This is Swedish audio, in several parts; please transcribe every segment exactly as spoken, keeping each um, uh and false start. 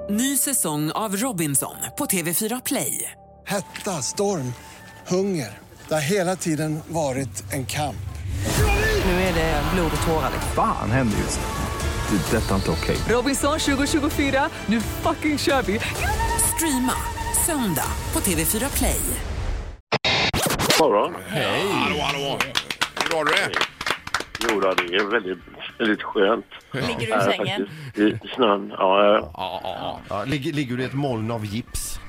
Ny säsong av Robinson på T V fyra Play. Hetta, storm, hunger. Det har hela tiden varit en kamp. Nu är det blod och tårar. Fan händer just det. Det är detta inte okej. Robinson tjugo tjugofyra, nu fucking kör vi. Streama söndag på T V fyra Play. Morgon. Hej! Hallå, hallå! Hur har du det? Jo, det är väldigt, väldigt skönt. Ligger du i Äh, sängen? faktiskt, I snön, ja. ja. Ja, ja, ja. Ja, ligger, ligger du i ett moln av gips?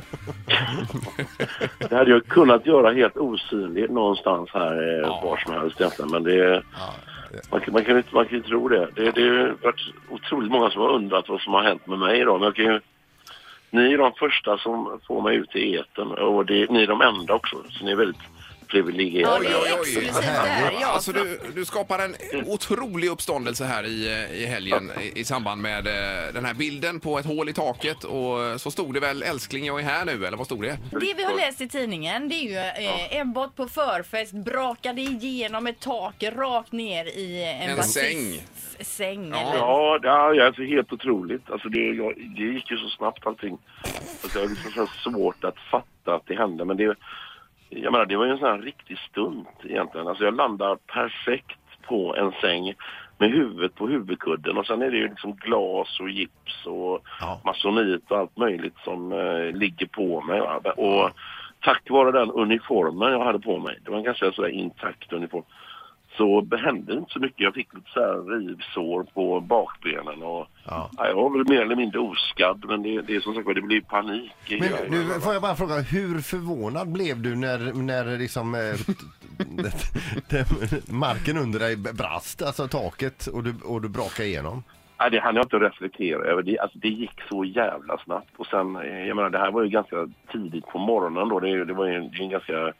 Det hade jag kunnat göra helt osynligt någonstans här, Ja. var som helst egentligen. Men det, man, kan, man, kan inte, man kan inte tro det. Det, det har varit otroligt många som har undrat vad som har hänt med mig idag. Men jag kan ju, ni är de första som får mig ut i etern. Och det, ni är de enda också. Så ni är väldigt privilegierade. Ja, det är exklusivt det här. Ja, Alltså du, du skapar en otrolig uppståndelse här i, i helgen i, i samband med eh, den här bilden på ett hål i taket, och så stod det väl älskling jag är här nu, eller vad stod det? det vi har läst i tidningen, det är ju eh, Ebbot på förfest brakade igenom ett tak rakt ner i en, En basists säng. säng. Ja. Eller? Ja, det är alltså helt otroligt. Alltså det, jag, det gick ju så snabbt allting. Alltså det är liksom så svårt att fatta att det hände. Men det, jag menar, det var ju en sån här riktig stund egentligen. Alltså jag landar perfekt på en säng med huvudet på huvudkudden. Och sen är det ju liksom glas och gips och Ja. masonit och allt möjligt som eh, ligger på mig. Va? Och tack vare den uniformen jag hade på mig, det var en ganska sådär intakt uniform, så det hände inte så mycket. Jag fick lite så här rivsår på bakbenen och Ja. ja, jag var väl mer eller mindre oskadd, men det, det är som sagt, det blir panik. i Men hela- nu får jag bara fråga, hur förvånad blev du när, när liksom eh, det, det, marken under dig brast, alltså taket, och du, och du brakade igenom? Nej, det hann jag inte reflektera över. Det, alltså, det gick så jävla snabbt. Och sen, eh, jag menar, det här var ju ganska tidigt på morgonen då. Det, det var ju en, en ganska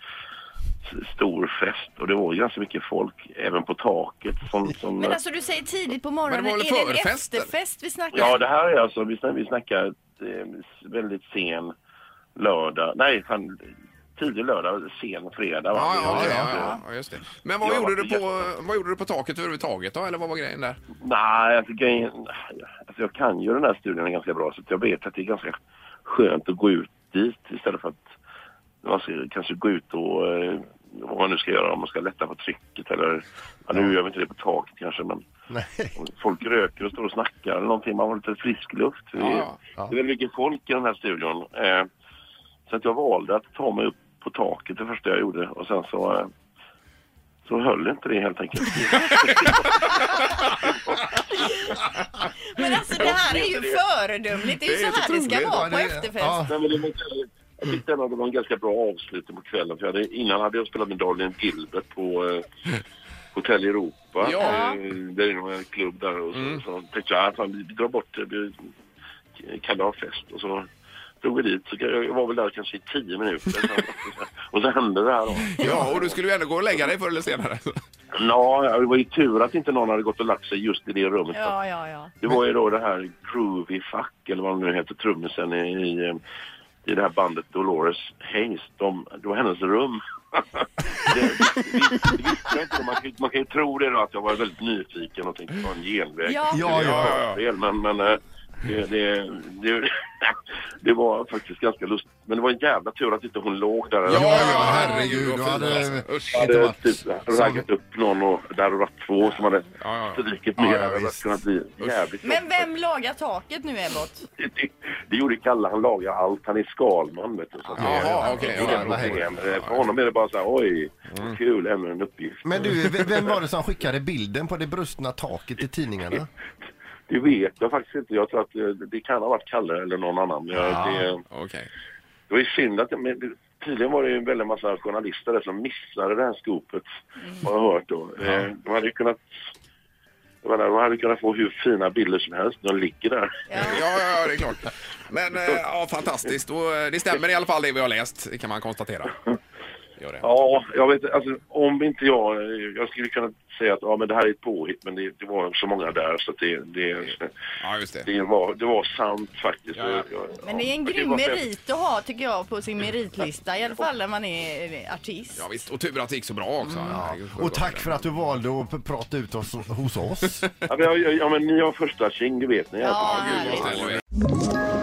s- stor fest. Och det var ju ganska mycket folk, även på taket. Som, som, Men alltså du säger tidigt på morgonen, Men det var är väl det en förfest, eller? efterfest vi snackar? ja, det här är alltså, vi, snack, vi snackar eh, väldigt sen lördag. Nej, fan, tidig lördag, sen fredag. va? Ja, ja, Det- ja, det- ja, ja, just det. Men vad Jag gjorde var du på, jätte- vad gjorde du på taket överhuvudtaget då, eller vad var grejen där? Nej, alltså, grejen, alltså jag kan ju den här studien ganska bra, så att jag vet att det är ganska skönt att gå ut dit istället för att man ska kanske gå ut och eh, vad man nu ska göra, om man ska lätta på trycket eller, ja, nu gör vi inte det på taket kanske, men Nej. om folk röker och står och snackar eller någonting, man har lite frisk luft. Det är, Ja, ja. det är väldigt mycket folk i den här studion. Eh, så att jag valde att ta mig upp på taket det första jag gjorde, och sen så eh, så höll inte det helt enkelt. Men alltså det här är ju föredömligt, det är ju Det är så här det ska otroligt. vara på Ja, det- efterfest. ja. Men vill jag säga, jag tyckte ändå att det var en ganska bra avslutning på kvällen. För jag hade, innan hade jag spelat med Daniel Gilbert på eh, Hotell Europa. Ja. Eh, det är en klubb där. Och så, Mm. så tänkte jag att vi drar bort det. Vi kan ha fest. Och så drog vi dit. Så jag, jag var väl där kanske i tio minuter. Och så hände det här då. Ja, och du skulle ju ändå gå och lägga dig förr eller senare. Ja, det var ju tur att inte någon hade gått och lagt sig just i det rummet. Ja, ja, ja. Det var ju då det här Groovy Fuck, eller vad det nu heter, trummisen i, i, i det här bandet Dolores Hayes. De, det var hennes rum. det, det, det, det visste jag inte. Man kan, man kan ju tro det då, att jag var väldigt nyfiken och tänkte på en genväg. Ja. Ja, ja, ja. Men, men eh, det, det, det, det var faktiskt ganska lustigt. Men det var en jävla tur att inte hon låg där. Ja, Ja, ja, herregud, vad du fint, hade- alltså. Usch. Jag inte hade varit typ raggat upp någon, och där hade varit två som hade Ja, ja. strykit Ja, med. ja, det hade visst. kunnat bli jävligt Men jobbigt. vem lagar taket nu, Ebbot? Det, det gjorde Kalle, han lagar allt. Han är skalman, vet du. Så att det- Jaha, okej, det är ja, inga vad problem. För honom är det bara så här, oj, vad kul, ännu en uppgift. Men du, v- vem var det som skickade bilden på det brustna taket i tidningarna? Det vet jag faktiskt inte. Jag tror att det, det kan ha varit Kalle eller någon annan. Jag, det, Okej. det var ju synd att, men det, tydligen var det ju en väldigt massa journalister där som missade det här skopet, har jag hört då. Eh, de hade ju kunnat, jag menar, de hade kunnat få hur fina bilder som helst när de ligger där. Ja. Ja, ja, det är klart. Men eh, ja, fantastiskt. Och, eh, det stämmer i alla fall det vi har läst, kan man konstatera. Gör det. Ja, jag vet, alltså om inte jag, jag skulle kunna säga att ja, men det här är ett påhitt, men det, det var så många där så att det, det, Ja, just det. det, var, det var sant faktiskt. Ja, ja. Jag, Men det är en ja, grym var fett. merit att ha, tycker jag, på sin meritlista. I alla fall när man är artist. Ja, visst. Och tur att det gick så bra också. Ja. Och tack för att du valde att p- prata ut oss hos oss. Ja, men, ja, ja, men ni har första tjing, det vet ni. Ja, Alltså. härligt. Ställer vi.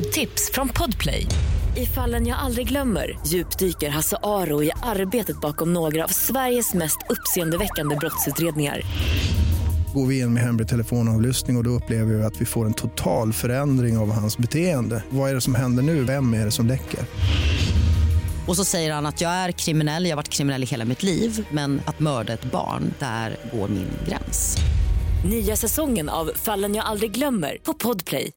Poddtips från Podplay. I Fallen jag aldrig glömmer djupdyker Hasse Aro i arbetet bakom några av Sveriges mest uppseendeväckande brottsutredningar. Går vi in med hemlig telefonavlyssning och, och då upplever vi att vi får en total förändring av hans beteende. Vad är det som händer nu? Vem är det som läcker? Och så säger han att jag är kriminell, jag har varit kriminell i hela mitt liv. Men att mörda ett barn, där går min gräns. Nya säsongen av Fallen jag aldrig glömmer på Podplay.